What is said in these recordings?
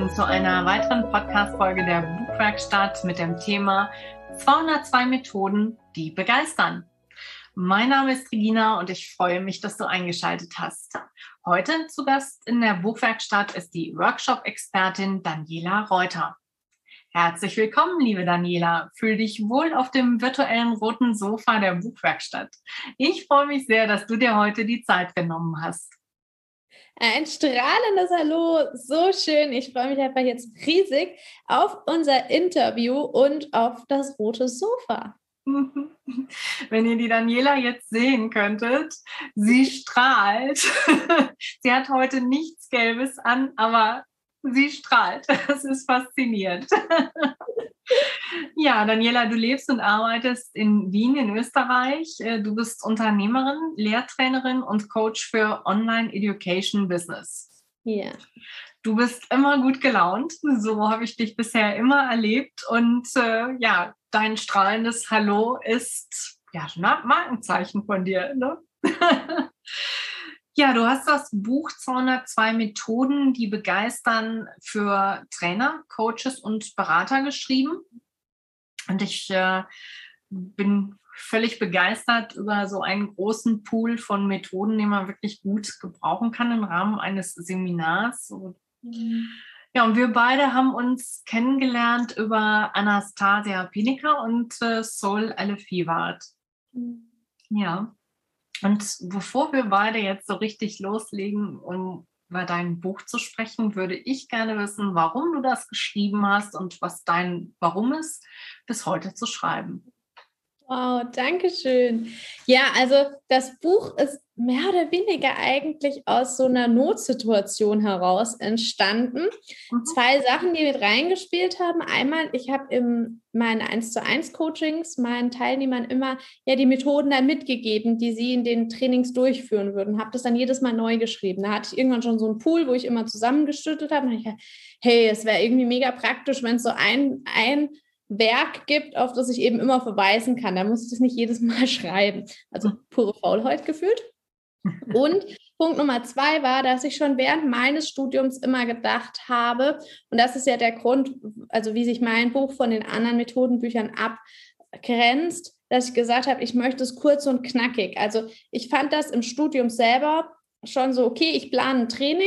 willkommen zu einer weiteren Podcast-Folge der Buchwerkstatt mit dem Thema 202 Methoden, die begeistern. Mein Name ist Regina und ich freue mich, dass du eingeschaltet hast. Heute zu Gast in der Buchwerkstatt ist die Workshop-Expertin Daniela Reuter. Herzlich willkommen, liebe Daniela. Fühl dich wohl auf dem virtuellen roten Sofa der Buchwerkstatt. Ich freue mich sehr, dass du dir heute die Zeit genommen hast. Ein strahlendes Hallo, so schön. Ich freue mich einfach jetzt riesig auf unser Interview und auf das rote Sofa. Wenn ihr die Daniela jetzt sehen könntet, sie strahlt. Sie hat heute nichts Gelbes an, aber sie strahlt. Das ist faszinierend. Ja, Daniela, du lebst und arbeitest in Wien in Österreich. Du bist Unternehmerin, Lehrtrainerin und Coach für Online Education Business. Ja. Du bist immer gut gelaunt. So habe ich dich bisher immer erlebt. Und ja, dein strahlendes Hallo ist ja ein Markenzeichen von dir, ne? Ja, du hast das Buch 202 Methoden, die begeistern für Trainer, Coaches und Berater geschrieben. Und ich bin völlig begeistert über so einen großen Pool von Methoden, den man wirklich gut gebrauchen kann im Rahmen eines Seminars. Ja, und wir beide haben uns kennengelernt über Anastasia Pinica und Sol Alefivard. Ja. Und bevor wir beide jetzt so richtig loslegen, um über dein Buch zu sprechen, würde ich gerne wissen, warum du das geschrieben hast und was dein Warum ist, bis heute zu schreiben. Wow, danke schön. Ja, also das Buch ist mehr oder weniger eigentlich aus so einer Notsituation heraus entstanden. Zwei Sachen, die mit reingespielt haben. Einmal, ich habe in meinen 1:1 Coachings meinen Teilnehmern immer ja die Methoden dann mitgegeben, die sie in den Trainings durchführen würden. Habe das dann jedes Mal neu geschrieben. Da hatte ich irgendwann schon so einen Pool, wo ich immer zusammengeschüttet habe. Und dann habe ich gedacht, hey, es wäre irgendwie mega praktisch, wenn es so ein Werk gibt, auf das ich eben immer verweisen kann. Da muss ich das nicht jedes Mal schreiben. Also pure Faulheit gefühlt. Und Punkt Nummer 2 war, dass ich schon während meines Studiums immer gedacht habe, und das ist ja der Grund, also wie sich mein Buch von den anderen Methodenbüchern abgrenzt, dass ich gesagt habe, ich möchte es kurz und knackig. Also ich fand das im Studium selber schon so, okay, ich plane ein Training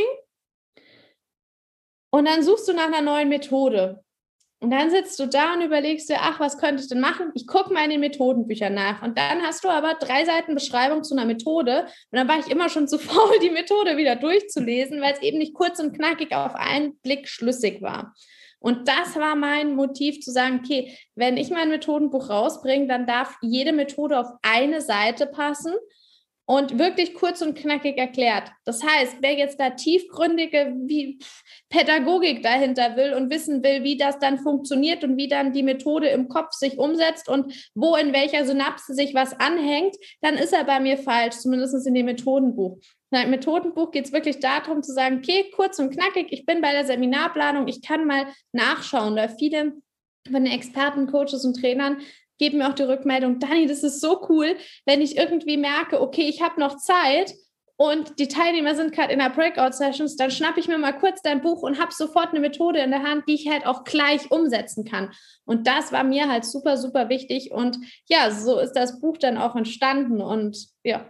und dann suchst du nach einer neuen Methode. Und dann sitzt du da und überlegst dir, ach, was könnte ich denn machen? Ich gucke mal in den Methodenbüchern nach. Und dann hast du aber 3 Seiten Beschreibung zu einer Methode. Und dann war ich immer schon zu faul, die Methode wieder durchzulesen, weil es eben nicht kurz und knackig auf einen Blick schlüssig war. Und das war mein Motiv zu sagen, okay, wenn ich mein Methodenbuch rausbringe, dann darf jede Methode auf eine Seite passen und wirklich kurz und knackig erklärt. Das heißt, wer jetzt da tiefgründige Pädagogik dahinter will und wissen will, wie das dann funktioniert und wie dann die Methode im Kopf sich umsetzt und wo in welcher Synapse sich was anhängt, dann ist er bei mir falsch, zumindest in dem Methodenbuch. Im Methodenbuch geht es wirklich darum zu sagen, okay, kurz und knackig, ich bin bei der Seminarplanung, ich kann mal nachschauen, da viele von den Experten, Coaches und Trainern geben mir auch die Rückmeldung, Dani, das ist so cool, wenn ich irgendwie merke, okay, ich habe noch Zeit und die Teilnehmer sind gerade in der Breakout-Sessions, dann schnappe ich mir mal kurz dein Buch und habe sofort eine Methode in der Hand, die ich halt auch gleich umsetzen kann. Und das war mir halt super, super wichtig. Und ja, so ist das Buch dann auch entstanden und ja.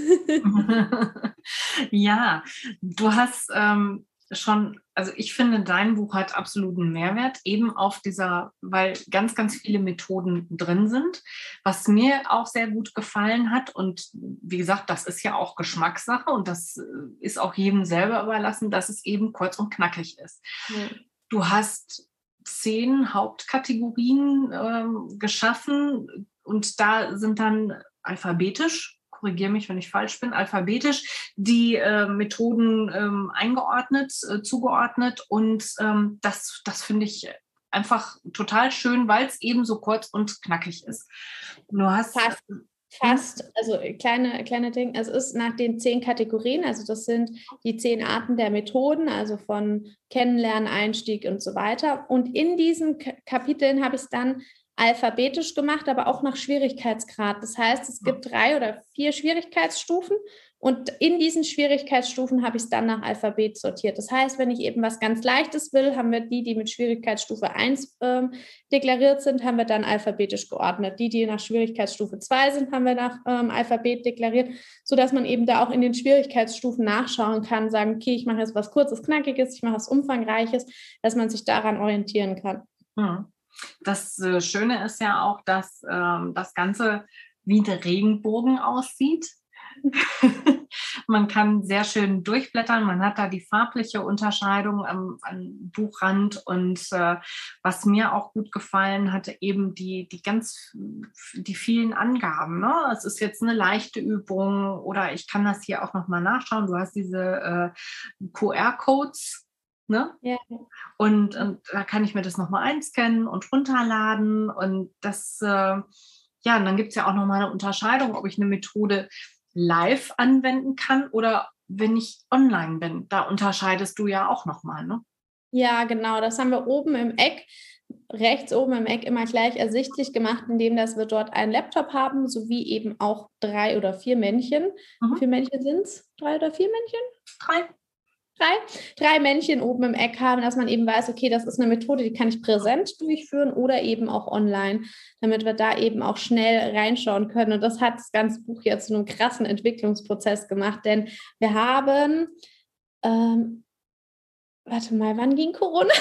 Ja, du hast schon, also ich finde, dein Buch hat absoluten Mehrwert, eben auf dieser, weil ganz, ganz viele Methoden drin sind, was mir auch sehr gut gefallen hat. Und wie gesagt, das ist ja auch Geschmackssache und das ist auch jedem selber überlassen, dass es eben kurz und knackig ist. Ja. Du hast 10 Hauptkategorien geschaffen und da sind dann alphabetisch, korrigiere mich, wenn ich falsch bin, alphabetisch die Methoden eingeordnet, zugeordnet und das finde ich einfach total schön, weil es eben so kurz und knackig ist. Du hast Fast, also kleine Ding, es ist nach den 10 Kategorien, also das sind die 10 Arten der Methoden, also von Kennenlernen, Einstieg und so weiter. Und in diesen Kapiteln habe ich es dann alphabetisch gemacht, aber auch nach Schwierigkeitsgrad. Das heißt, es gibt 3 oder 4 Schwierigkeitsstufen und in diesen Schwierigkeitsstufen habe ich es dann nach Alphabet sortiert. Das heißt, wenn ich eben was ganz Leichtes will, haben wir die mit Schwierigkeitsstufe 1 deklariert sind, haben wir dann alphabetisch geordnet. Die nach Schwierigkeitsstufe 2 sind, haben wir nach Alphabet deklariert, sodass man eben da auch in den Schwierigkeitsstufen nachschauen kann, sagen, okay, ich mache jetzt was Kurzes, Knackiges, ich mache was Umfangreiches, dass man sich daran orientieren kann. Das Schöne ist ja auch, dass das Ganze wie ein Regenbogen aussieht. Man kann sehr schön durchblättern, man hat da die farbliche Unterscheidung am Buchrand und was mir auch gut gefallen hatte, eben die vielen Angaben. Ne? Es ist jetzt eine leichte Übung oder ich kann das hier auch nochmal nachschauen. Du hast diese QR-Codes. Ne? Ja. Und da kann ich mir das nochmal einscannen und runterladen und das, und dann gibt es ja auch nochmal eine Unterscheidung, ob ich eine Methode live anwenden kann oder wenn ich online bin. Da unterscheidest du ja auch nochmal, ne? Ja, genau. Das haben wir oben im Eck, rechts oben im Eck immer gleich ersichtlich gemacht, indem dass wir dort einen Laptop haben, sowie eben auch 3 oder 4 Männchen. Wie viele Männchen sind es? 3 oder 4 Männchen? 3 Männchen oben im Eck haben, dass man eben weiß, okay, das ist eine Methode, die kann ich präsent durchführen oder eben auch online, damit wir da eben auch schnell reinschauen können. Und das hat das ganze Buch jetzt zu einem krassen Entwicklungsprozess gemacht, denn wir haben, warte mal, wann ging Corona?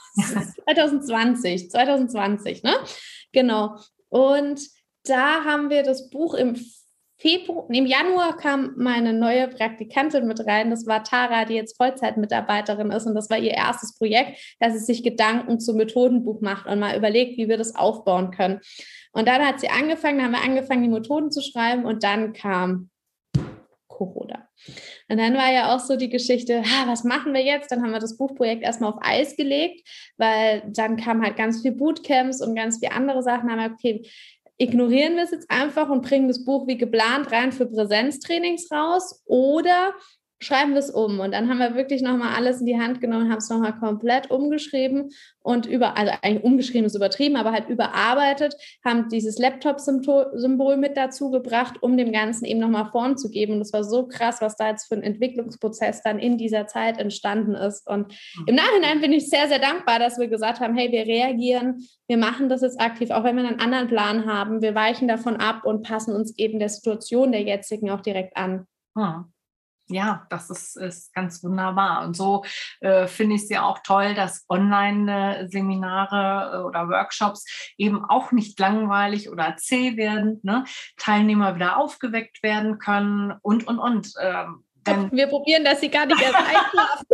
2020, ne? Genau. Und da haben wir das Buch im Januar kam meine neue Praktikantin mit rein. Das war Tara, die jetzt Vollzeitmitarbeiterin ist. Und das war ihr erstes Projekt, dass sie sich Gedanken zum Methodenbuch macht und mal überlegt, wie wir das aufbauen können. Und dann hat sie angefangen, haben wir angefangen, die Methoden zu schreiben. Und dann kam Corona. Und dann war ja auch so die Geschichte, was machen wir jetzt? Dann haben wir das Buchprojekt erstmal auf Eis gelegt, weil dann kamen halt ganz viel Bootcamps und ganz viele andere Sachen. Dann haben wir, okay, ignorieren wir es jetzt einfach und bringen das Buch wie geplant rein für Präsenztrainings raus oder schreiben wir es um? Und dann haben wir wirklich nochmal alles in die Hand genommen, haben es nochmal komplett umgeschrieben und also eigentlich umgeschrieben ist übertrieben, aber halt überarbeitet, haben dieses Laptop-Symbol mit dazu gebracht, um dem Ganzen eben nochmal Form zu geben. Und das war so krass, was da jetzt für ein Entwicklungsprozess dann in dieser Zeit entstanden ist. Und im Nachhinein bin ich sehr, sehr dankbar, dass wir gesagt haben, hey, wir reagieren, wir machen das jetzt aktiv, auch wenn wir einen anderen Plan haben. Wir weichen davon ab und passen uns eben der Situation der jetzigen auch direkt an. Ja, das ist ganz wunderbar. Und so finde ich es ja auch toll, dass Online-Seminare oder Workshops eben auch nicht langweilig oder zäh werden, ne? Teilnehmer wieder aufgeweckt werden können und. Denn wir probieren, dass sie gar nicht erst einschlafen.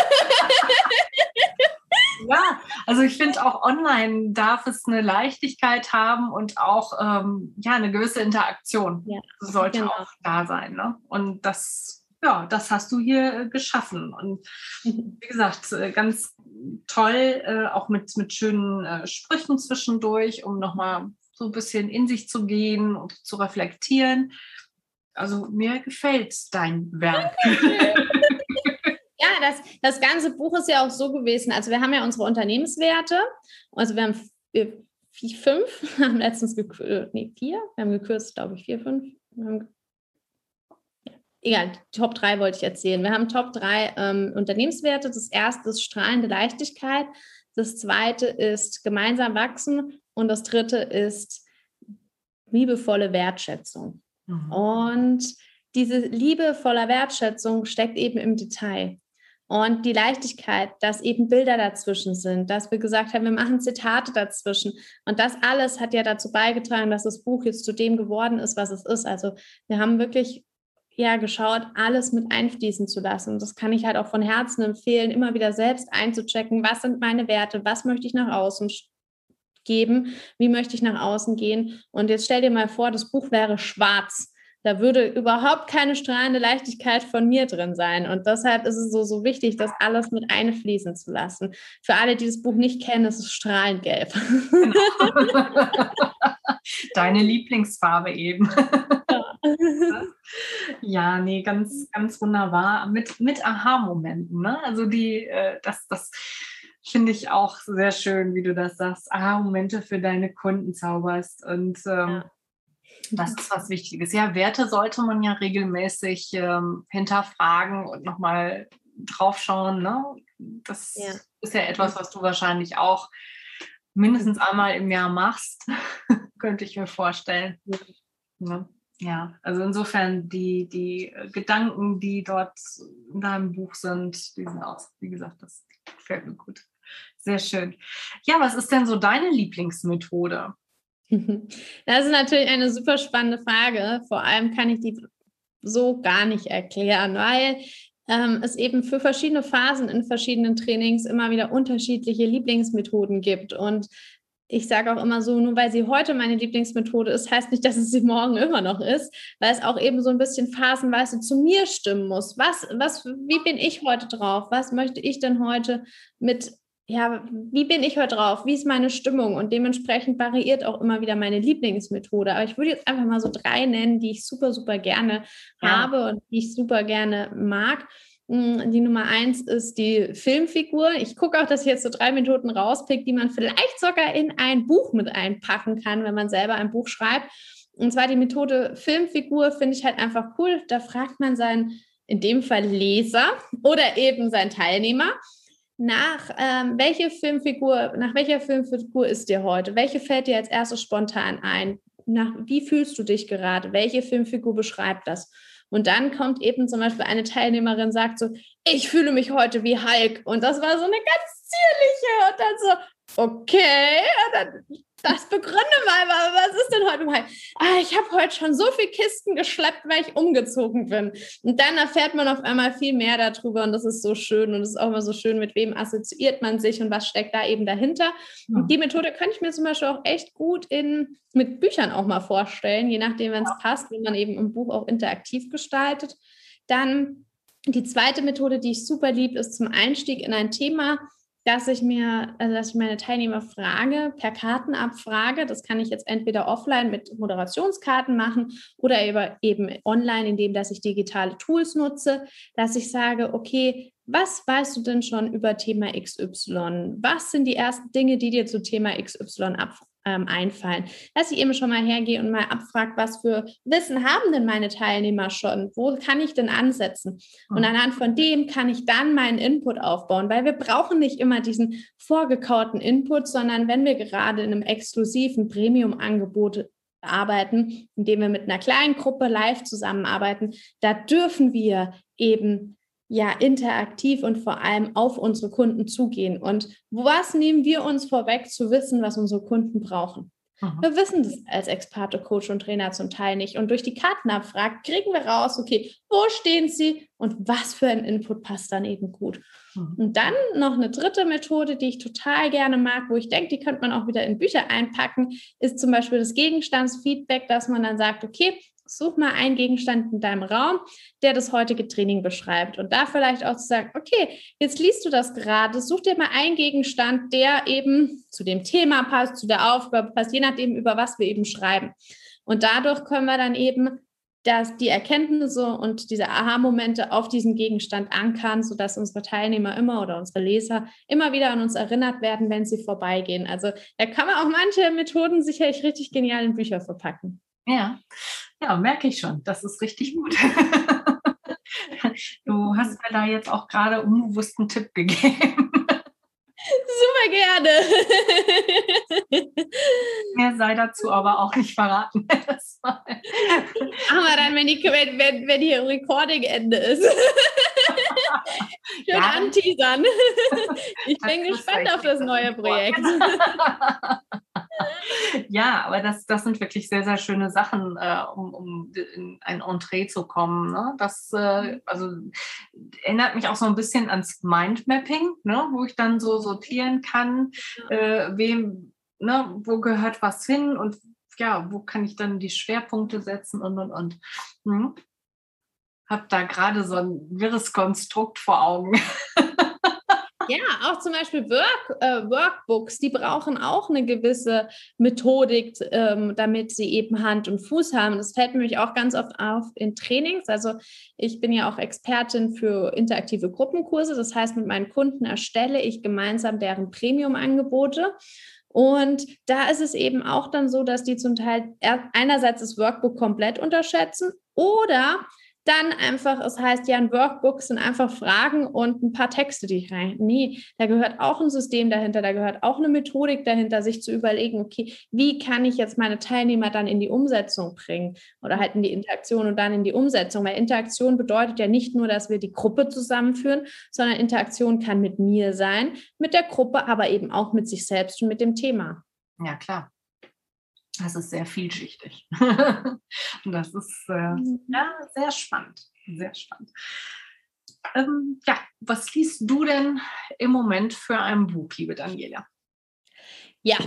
Ja, also ich finde auch online darf es eine Leichtigkeit haben und auch eine gewisse Interaktion. Ja, sollte auch da sein. Ne? Und das hast du hier geschaffen. Und wie gesagt, ganz toll, auch mit schönen Sprüchen zwischendurch, um nochmal so ein bisschen in sich zu gehen und zu reflektieren. Also mir gefällt dein Werk. Ja, das ganze Buch ist ja auch so gewesen. Also wir haben ja unsere Unternehmenswerte. Also wir haben 5, haben letztens 4. Wir haben gekürzt, glaube ich, 4, 5. Egal, Top 3 wollte ich erzählen. Wir haben Top 3 Unternehmenswerte. Das erste ist strahlende Leichtigkeit. Das zweite ist gemeinsam wachsen. Und das dritte ist liebevolle Wertschätzung. Und diese liebevolle Wertschätzung steckt eben im Detail. Und die Leichtigkeit, dass eben Bilder dazwischen sind, dass wir gesagt haben, wir machen Zitate dazwischen. Und das alles hat ja dazu beigetragen, dass das Buch jetzt zu dem geworden ist, was es ist. Also wir haben wirklich geschaut, alles mit einfließen zu lassen. Und das kann ich halt auch von Herzen empfehlen, immer wieder selbst einzuchecken, was sind meine Werte, was möchte ich nach außen geben, wie möchte ich nach außen gehen. Und jetzt stell dir mal vor, das Buch wäre schwarz. Da würde überhaupt keine strahlende Leichtigkeit von mir drin sein. Und deshalb ist es so wichtig, das alles mit einfließen zu lassen. Für alle, die das Buch nicht kennen, ist es strahlend gelb. Genau. Deine Lieblingsfarbe eben. Ja, nee, ganz, ganz wunderbar. Mit Aha-Momenten, ne? Also das Finde ich auch sehr schön, wie du das sagst. Momente für deine Kunden zauberst. Und das ist was Wichtiges. Ja, Werte sollte man ja regelmäßig hinterfragen und nochmal draufschauen. Ne? Das ist ja etwas, was du wahrscheinlich auch mindestens einmal im Jahr machst, könnte ich mir vorstellen. Ne? Ja, also insofern die Gedanken, die dort in deinem Buch sind, die sind auch, wie gesagt, das gefällt mir gut. Sehr schön. Ja, was ist denn so deine Lieblingsmethode? Das ist natürlich eine super spannende Frage. Vor allem kann ich die so gar nicht erklären, weil es eben für verschiedene Phasen in verschiedenen Trainings immer wieder unterschiedliche Lieblingsmethoden gibt. Und ich sage auch immer so, nur weil sie heute meine Lieblingsmethode ist, heißt nicht, dass es sie morgen immer noch ist, weil es auch eben so ein bisschen phasenweise zu mir stimmen muss. Wie bin ich heute drauf? Was möchte ich denn heute wie bin ich heute drauf? Wie ist meine Stimmung? Und dementsprechend variiert auch immer wieder meine Lieblingsmethode. Aber ich würde jetzt einfach mal so 3 nennen, die ich super, super gerne habe und die ich super gerne mag. Die Nummer 1 ist die Filmfigur. Ich gucke auch, dass ich jetzt so 3 Methoden rauspicke, die man vielleicht sogar in ein Buch mit einpacken kann, wenn man selber ein Buch schreibt. Und zwar die Methode Filmfigur finde ich halt einfach cool. Da fragt man seinen, in dem Fall Leser oder eben seinen Teilnehmer, nach welcher Filmfigur ist dir heute? Welche fällt dir als erstes spontan ein? Wie fühlst du dich gerade? Welche Filmfigur beschreibt das? Und dann kommt eben zum Beispiel eine Teilnehmerin, sagt so, ich fühle mich heute wie Hulk. Und das war so eine ganz zierliche. Und dann so, okay, das begründe mal, was ist denn heute mal? Ich habe heute schon so viele Kisten geschleppt, weil ich umgezogen bin. Und dann erfährt man auf einmal viel mehr darüber und das ist so schön und es ist auch immer so schön, mit wem assoziiert man sich und was steckt da eben dahinter. Ja. Und die Methode könnte ich mir zum Beispiel auch echt gut mit Büchern auch mal vorstellen, je nachdem, wenn es passt, wenn man eben im Buch auch interaktiv gestaltet. Dann die zweite Methode, die ich super liebe, ist zum Einstieg in ein Thema, dass ich meine Teilnehmer frage, per Kartenabfrage. Das kann ich jetzt entweder offline mit Moderationskarten machen oder eben online, indem dass ich digitale Tools nutze, dass ich sage, okay, was weißt du denn schon über Thema XY? Was sind die ersten Dinge, die dir zu Thema XY einfallen? Dass ich eben schon mal hergehe und mal abfrage, was für Wissen haben denn meine Teilnehmer schon? Wo kann ich denn ansetzen? Und anhand von dem kann ich dann meinen Input aufbauen, weil wir brauchen nicht immer diesen vorgekauten Input, sondern wenn wir gerade in einem exklusiven Premium-Angebot arbeiten, indem wir mit einer kleinen Gruppe live zusammenarbeiten, da dürfen wir eben interaktiv und vor allem auf unsere Kunden zugehen. Und was nehmen wir uns vorweg zu wissen, was unsere Kunden brauchen? Wir wissen das als Experte, Coach und Trainer zum Teil nicht. Und durch die Kartenabfrage kriegen wir raus, okay, wo stehen sie und was für ein Input passt dann eben gut. Und dann noch eine dritte Methode, die ich total gerne mag, wo ich denke, die könnte man auch wieder in Bücher einpacken, ist zum Beispiel das Gegenstandsfeedback, dass man dann sagt, okay, such mal einen Gegenstand in deinem Raum, der das heutige Training beschreibt. Und da vielleicht auch zu sagen, okay, jetzt liest du das gerade, such dir mal einen Gegenstand, der eben zu dem Thema passt, zu der Aufgabe passt, je nachdem, über was wir eben schreiben. Und dadurch können wir dann eben die Erkenntnisse und diese Aha-Momente auf diesen Gegenstand ankern, sodass unsere Teilnehmer oder unsere Leser immer wieder an uns erinnert werden, wenn sie vorbeigehen. Also da kann man auch manche Methoden sicherlich richtig genial in Bücher verpacken. Ja, merke ich schon. Das ist richtig gut. Du hast mir da jetzt auch gerade unbewusst einen Tipp gegeben. Super gerne. Mehr sei dazu aber auch nicht verraten. Machen wir dann, wenn hier Recording-Ende ist. Schön anteasern. Ich bin gespannt auf das neue Projekt. Ja, aber das sind wirklich sehr, sehr schöne Sachen, um in ein Entree zu kommen. Ne? Das erinnert mich auch so ein bisschen ans Mindmapping, ne? Wo ich dann so sortieren kann, wo gehört was hin und wo kann ich dann die Schwerpunkte setzen und. Habe da gerade so ein wirres Konstrukt vor Augen. Ja, auch zum Beispiel Workbooks, die brauchen auch eine gewisse Methodik, damit sie eben Hand und Fuß haben. Das fällt mir nämlich auch ganz oft auf in Trainings. Also ich bin ja auch Expertin für interaktive Gruppenkurse. Das heißt, mit meinen Kunden erstelle ich gemeinsam deren Premium-Angebote. Und da ist es eben auch dann so, dass die zum Teil einerseits das Workbook komplett unterschätzen oder dann einfach, es heißt ja, ein Workbook sind einfach Fragen und ein paar Texte, die ich rein. Nee, da gehört auch ein System dahinter, da gehört auch eine Methodik dahinter, sich zu überlegen, okay, wie kann ich jetzt meine Teilnehmer dann in die Umsetzung bringen oder halt in die Interaktion und dann in die Umsetzung, weil Interaktion bedeutet ja nicht nur, dass wir die Gruppe zusammenführen, sondern Interaktion kann mit mir sein, mit der Gruppe, aber eben auch mit sich selbst und mit dem Thema. Ja, klar. Das ist sehr vielschichtig. Und das ist sehr spannend. Sehr spannend. Was liest du denn im Moment für ein Buch, liebe Daniela? Ja,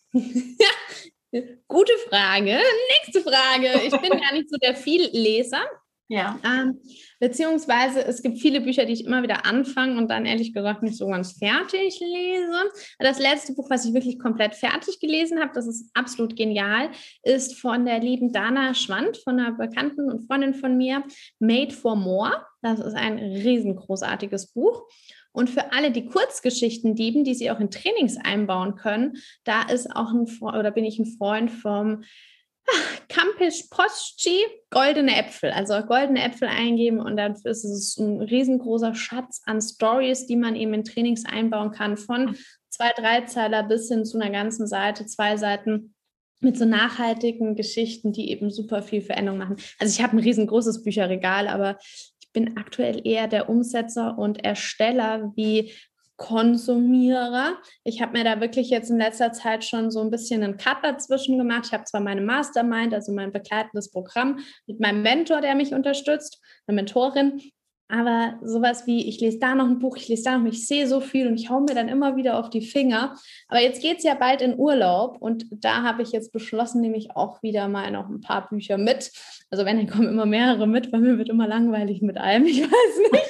gute Frage. Nächste Frage. Ich bin gar nicht so der Vielleser. Ja. Beziehungsweise es gibt viele Bücher, die ich immer wieder anfange und dann ehrlich gesagt nicht so ganz fertig lese. Das letzte Buch, was ich wirklich komplett fertig gelesen habe, das ist absolut genial, ist von der lieben Dana Schwand, von einer Bekannten und Freundin von mir, Made for More. Das ist ein riesengroßartiges Buch. Und für alle, die Kurzgeschichten lieben, die sie auch in Trainings einbauen können, da ist auch bin ich ein Freund vom Campus Posci, goldene Äpfel. Also goldene Äpfel eingeben und dann ist es ein riesengroßer Schatz an Stories, die man eben in Trainings einbauen kann, von 2-3 Zeiler bis hin zu einer ganzen Seite, 2 Seiten mit so nachhaltigen Geschichten, die eben super viel Veränderung machen. Also ich habe ein riesengroßes Bücherregal, aber ich bin aktuell eher der Umsetzer und Ersteller wie Konsumierer. Ich habe mir da wirklich jetzt in letzter Zeit schon so ein bisschen einen Cut dazwischen gemacht. Ich habe zwar meine Mastermind, also mein begleitendes Programm mit meinem Mentor, der mich unterstützt, eine Mentorin, aber sowas wie, ich lese da noch ein Buch, ich lese da noch, ich sehe so viel und ich hau mir dann immer wieder auf die Finger. Aber jetzt geht es ja bald in Urlaub und da habe ich jetzt beschlossen, nehme ich auch wieder mal noch ein paar Bücher mit. Also wenn, dann kommen immer mehrere mit, weil mir wird immer langweilig mit allem, ich weiß nicht.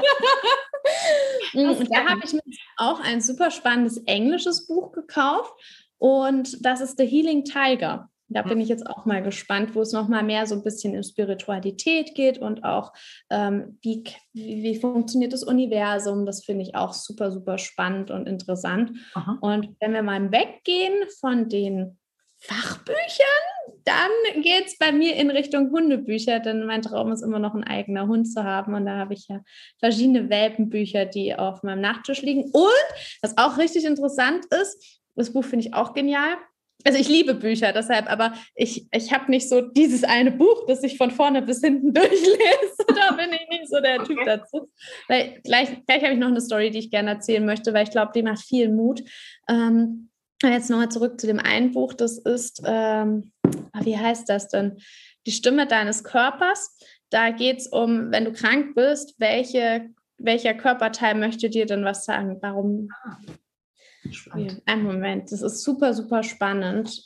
Und da habe ich mir auch ein super spannendes englisches Buch gekauft und das ist The Healing Tiger. Da bin ich jetzt auch mal gespannt, wo es nochmal mehr so ein bisschen in Spiritualität geht und auch wie funktioniert das Universum. Das finde ich auch super, super spannend und interessant. Aha. Und wenn wir mal weggehen von den Fachbüchern, dann geht es bei mir in Richtung Hundebücher, denn mein Traum ist immer noch ein eigener Hund zu haben und da habe ich ja verschiedene Welpenbücher, die auf meinem Nachttisch liegen. Und was auch richtig interessant ist, das Buch finde ich auch genial. Also ich liebe Bücher, deshalb, aber ich habe nicht so dieses eine Buch, das ich von vorne bis hinten durchlese. Da bin ich nicht so der Typ dazu. Weil gleich habe ich noch eine Story, die ich gerne erzählen möchte, weil ich glaube, die macht viel Mut. Jetzt nochmal zurück zu dem einen Buch, das ist, wie heißt das denn? Die Stimme deines Körpers. Da geht es um, wenn du krank bist, welcher Körperteil möchte dir denn was sagen? Warum? Spannend. Einen Moment, das ist super, super spannend.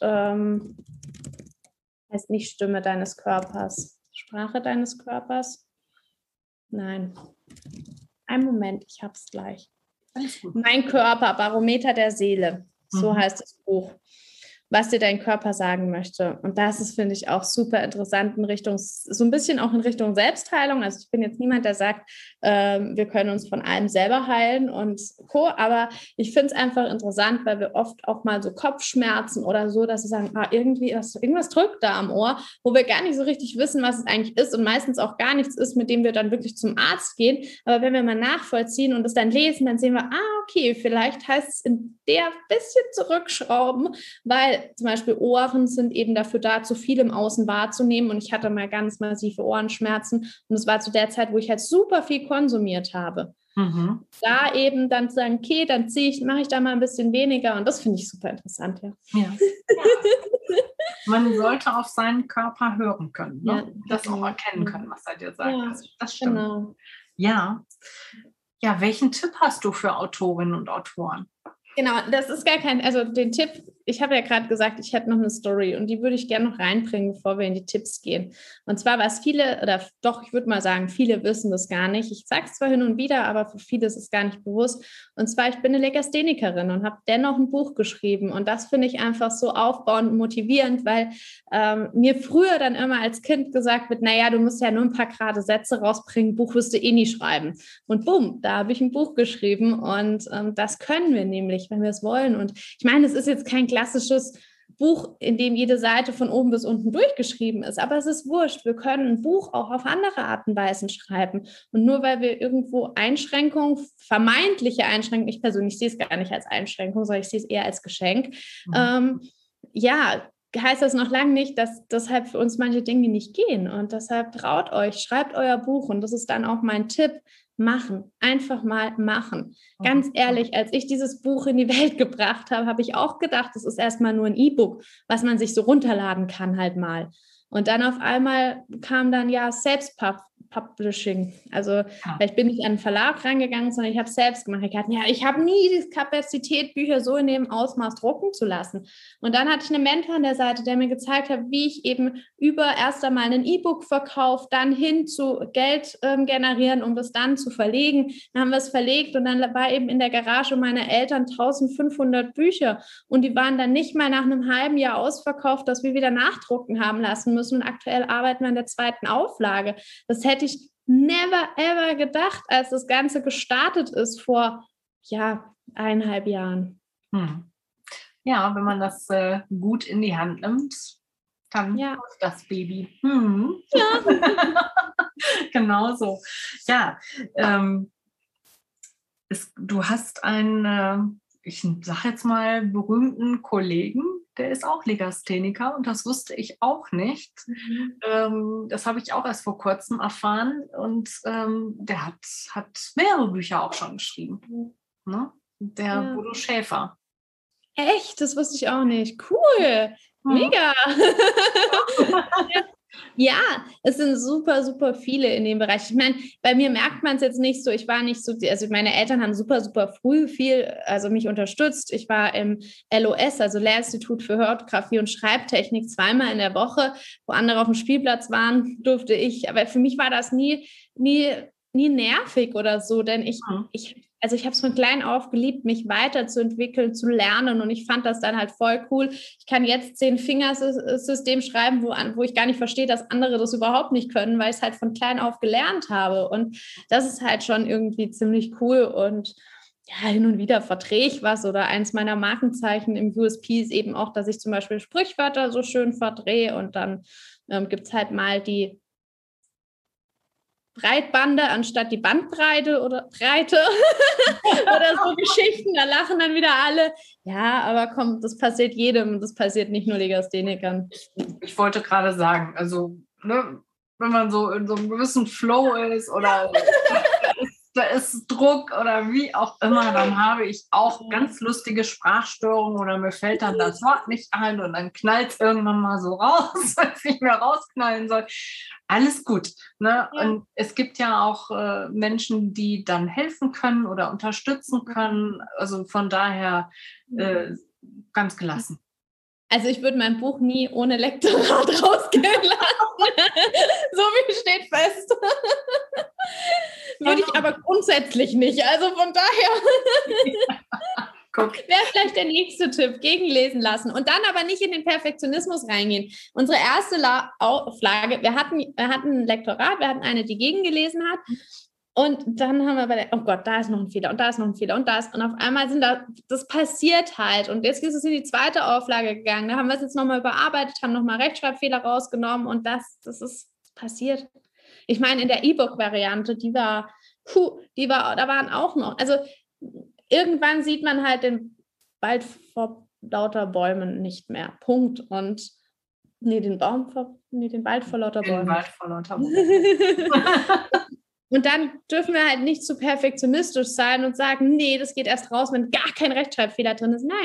Heißt nicht Stimme deines Körpers. Sprache deines Körpers? Nein. Einen Moment, ich hab's gleich. Mein Körper, Barometer der Seele. So heißt das Buch, was dir dein Körper sagen möchte. Und das ist, finde ich, auch super interessant so ein bisschen auch in Richtung Selbstheilung. Also ich bin jetzt niemand, der sagt, wir können uns von allem selber heilen und Co. Aber ich finde es einfach interessant, weil wir oft auch mal so Kopfschmerzen oder so, dass wir sagen, irgendwas drückt da am Ohr, wo wir gar nicht so richtig wissen, was es eigentlich ist und meistens auch gar nichts ist, mit dem wir dann wirklich zum Arzt gehen. Aber wenn wir mal nachvollziehen und es dann lesen, dann sehen wir, okay, vielleicht heißt es in der bisschen zurückschrauben, weil zum Beispiel Ohren sind eben dafür da, zu viel im Außen wahrzunehmen und ich hatte mal ganz massive Ohrenschmerzen und es war zu der Zeit, wo ich halt super viel konsumiert habe. Da eben dann zu sagen, okay, dann mache ich da mal ein bisschen weniger und das finde ich super interessant, ja. Man sollte auf seinen Körper hören können, ne? Ja, das auch erkennen können, was er dir sagt. Ja, das stimmt. Genau. Ja, welchen Tipp hast du für Autorinnen und Autoren? Genau, das ist also den Tipp ich habe ja gerade gesagt, ich hätte noch eine Story und die würde ich gerne noch reinbringen, bevor wir in die Tipps gehen. Und zwar, was viele, oder doch, ich würde mal sagen, viele wissen das gar nicht. Ich sage es zwar hin und wieder, aber für viele ist es gar nicht bewusst. Und zwar, ich bin eine Legasthenikerin und habe dennoch ein Buch geschrieben. Und das finde ich einfach so aufbauend und motivierend, weil mir früher dann immer als Kind gesagt wird, naja, du musst ja nur ein paar gerade Sätze rausbringen, Buch wirst du eh nie schreiben. Und bumm, da habe ich ein Buch geschrieben und das können wir nämlich, wenn wir es wollen. Und ich meine, es ist jetzt kein klassisches Buch, in dem jede Seite von oben bis unten durchgeschrieben ist, aber es ist wurscht. Wir können ein Buch auch auf andere Arten und Weisen schreiben. Und nur weil wir irgendwo Einschränkungen, vermeintliche Einschränkungen, ich persönlich sehe es gar nicht als Einschränkung, sondern ich sehe es eher als Geschenk, heißt das noch lange nicht, dass deshalb für uns manche Dinge nicht gehen. Und deshalb traut euch, schreibt euer Buch. Und das ist dann auch mein Tipp. Machen, einfach mal machen. Ganz ehrlich, als ich dieses Buch in die Welt gebracht habe, habe ich auch gedacht, das ist erstmal nur ein E-Book, was man sich so runterladen kann halt mal. Und dann auf einmal kam dann ja Selbstpublishing. Also vielleicht bin ich an einen Verlag reingegangen, sondern ich habe es selbst gemacht. Ich habe nie die Kapazität, Bücher so in dem Ausmaß drucken zu lassen. Und dann hatte ich einen Mentor an der Seite, der mir gezeigt hat, wie ich eben erst einmal ein E-Book verkaufe, dann hin zu Geld generieren, um das dann zu verlegen. Dann haben wir es verlegt und dann war eben in der Garage meiner Eltern 1500 Bücher und die waren dann nicht mal nach einem halben Jahr ausverkauft, dass wir wieder nachdrucken haben lassen müssen. Und aktuell arbeiten wir an der 2. Auflage. Das hätte ich never ever gedacht, als das Ganze gestartet ist vor 1,5 Jahren. Ja, wenn man das gut in die Hand nimmt, dann läuft das Baby. Ja. Genau so. Ja, du hast einen, ich sage jetzt mal, berühmten Kollegen, der ist auch Legastheniker und das wusste ich auch nicht. Das habe ich auch erst vor kurzem erfahren und der hat mehrere Bücher auch schon geschrieben. Ne? Der Bodo Schäfer. Echt? Das wusste ich auch nicht. Cool. Mega. Ja, es sind super, super viele in dem Bereich. Ich meine, bei mir merkt man es jetzt nicht so, ich war nicht so, also meine Eltern haben super, super früh also mich unterstützt. Ich war im LOS, also Lehrinstitut für Orthographie und Schreibtechnik, 2-mal in der Woche, wo andere auf dem Spielplatz waren, durfte ich, aber für mich war das nie nervig oder so, denn ich habe es von klein auf geliebt, mich weiterzuentwickeln, zu lernen und ich fand das dann halt voll cool. Ich kann jetzt 10-Fingersystem schreiben, wo ich gar nicht verstehe, dass andere das überhaupt nicht können, weil ich es halt von klein auf gelernt habe und das ist halt schon irgendwie ziemlich cool und ja, hin und wieder verdrehe ich was oder eins meiner Markenzeichen im USP ist eben auch, dass ich zum Beispiel Sprichwörter so schön verdrehe und dann gibt es halt mal die Breitbande anstatt die Bandbreite oder Breite oder so Geschichten, da lachen dann wieder alle. Ja, aber komm, das passiert jedem, das passiert nicht nur Legasthenikern. Ich wollte gerade sagen, also ne, wenn man so in so einem gewissen Flow ist oder da ist Druck oder wie auch immer, dann habe ich auch ganz lustige Sprachstörungen oder mir fällt dann das Wort nicht ein und dann knallt es irgendwann mal so raus, weil es nicht mehr rausknallen soll. Alles gut. Ne? Ja. Und es gibt ja auch Menschen, die dann helfen können oder unterstützen können. Also von daher ganz gelassen. Also ich würde mein Buch nie ohne Lektorat rausgehen lassen. So viel steht fest. Würde ich aber grundsätzlich nicht. Also von daher wäre vielleicht der nächste Tipp, gegenlesen lassen und dann aber nicht in den Perfektionismus reingehen. Unsere erste Auflage, wir hatten ein Lektorat, wir hatten eine, die gegengelesen hat. Und dann haben wir oh Gott, da ist noch ein Fehler und da ist noch ein Fehler und und auf einmal das passiert halt. Und jetzt ist es in die 2. Auflage gegangen. Da haben wir es jetzt nochmal überarbeitet, haben nochmal Rechtschreibfehler rausgenommen und das ist passiert. Ich meine, in der E-Book-Variante, da waren auch noch, also irgendwann sieht man halt den Wald vor lauter Bäumen nicht mehr. Punkt. Und den Wald vor lauter Bäumen. Den Wald vor lauter Bäumen. Und dann dürfen wir halt nicht zu perfektionistisch sein und sagen, nee, das geht erst raus, wenn gar kein Rechtschreibfehler drin ist. Nein,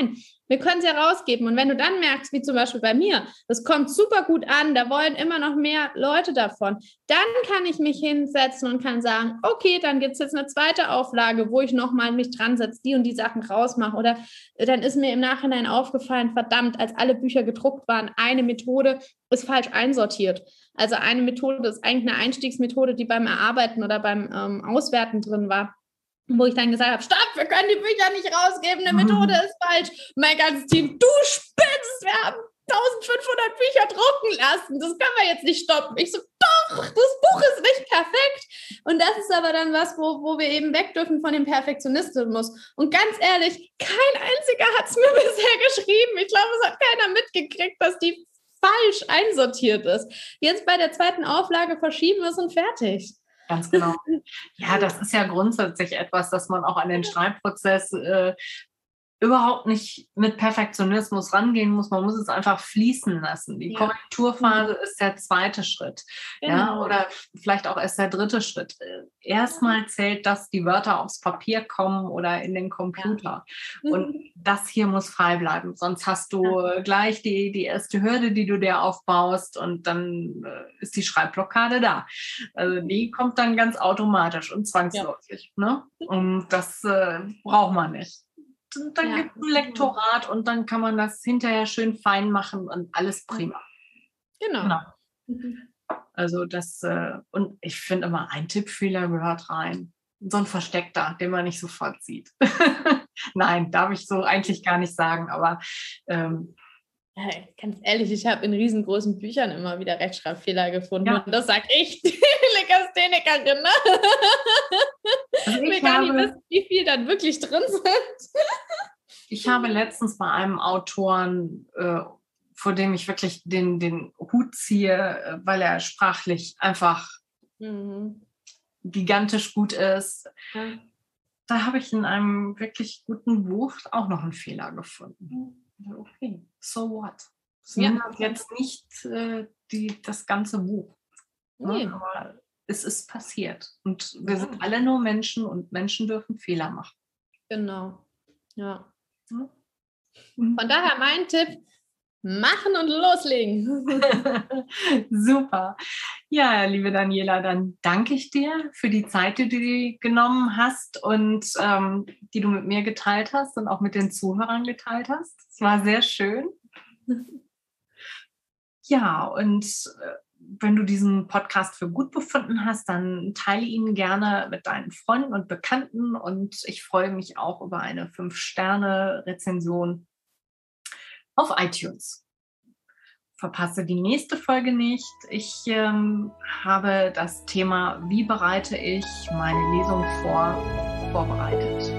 wir können es ja rausgeben. Und wenn du dann merkst, wie zum Beispiel bei mir, das kommt super gut an, da wollen immer noch mehr Leute davon, dann kann ich mich hinsetzen und kann sagen, okay, dann gibt es jetzt eine zweite Auflage, wo ich nochmal mich dran setze, die und die Sachen rausmache. Oder dann ist mir im Nachhinein aufgefallen, verdammt, als alle Bücher gedruckt waren, eine Methode ist falsch einsortiert. Also eine Methode ist eigentlich eine Einstiegsmethode, die beim Erarbeiten oder beim Auswerten drin war, wo ich dann gesagt habe, stopp, wir können die Bücher nicht rausgeben, eine Methode ist falsch. Mein ganzes Team, du spinnst, wir haben 1500 Bücher drucken lassen, das können wir jetzt nicht stoppen. Ich so, doch, das Buch ist nicht perfekt. Und das ist aber dann was, wo wir eben weg dürfen von dem Perfektionismus. Und ganz ehrlich, kein einziger hat es mir bisher geschrieben. Ich glaube, es hat keiner mitgekriegt, dass die falsch einsortiert ist. Jetzt bei der zweiten Auflage verschieben wir es und fertig. Ganz genau. Ja, das ist ja grundsätzlich etwas, dass man auch an den Schreibprozess überhaupt nicht mit Perfektionismus rangehen muss. Man muss es einfach fließen lassen. Die Korrekturphase ist der zweite Schritt. Genau. Ja, oder vielleicht auch erst der dritte Schritt. Erstmal zählt, dass die Wörter aufs Papier kommen oder in den Computer. Ja. Und das hier muss frei bleiben. Sonst hast du gleich die erste Hürde, die du dir aufbaust, und dann ist die Schreibblockade da. Also die kommt dann ganz automatisch und zwangsläufig. Ja. Ne? Und das braucht man nicht. Und dann gibt es ein Lektorat und dann kann man das hinterher schön fein machen und alles prima. Genau. Also das, und ich finde immer, ein Tippfehler gehört rein. So ein versteckter, den man nicht sofort sieht. Nein, darf ich so eigentlich gar nicht sagen, aber ganz ehrlich, ich habe in riesengroßen Büchern immer wieder Rechtschreibfehler gefunden. Und das sage ich, die Legasthenikerin. Ne? Also ich will gar nicht wissen, wie viel dann wirklich drin sind. Ich habe letztens bei einem Autoren, vor dem ich wirklich den Hut ziehe, weil er sprachlich einfach gigantisch gut ist, da habe ich in einem wirklich guten Buch auch noch einen Fehler gefunden. Okay, so what? Es nimmt jetzt nicht das ganze Buch. Nee. Ne? Aber es ist passiert. Und wir sind alle nur Menschen und Menschen dürfen Fehler machen. Genau. Ja. Von daher mein Tipp, machen und loslegen. Super. Ja, liebe Daniela, dann danke ich dir für die Zeit, die du dir genommen hast und die du mit mir geteilt hast und auch mit den Zuhörern geteilt hast. Es war sehr schön. Ja, und wenn du diesen Podcast für gut befunden hast, dann teile ihn gerne mit deinen Freunden und Bekannten, und ich freue mich auch über eine 5-Sterne-Rezension auf iTunes. Verpasse die nächste Folge nicht. Ich habe das Thema, wie bereite ich meine Lesung vorbereitet.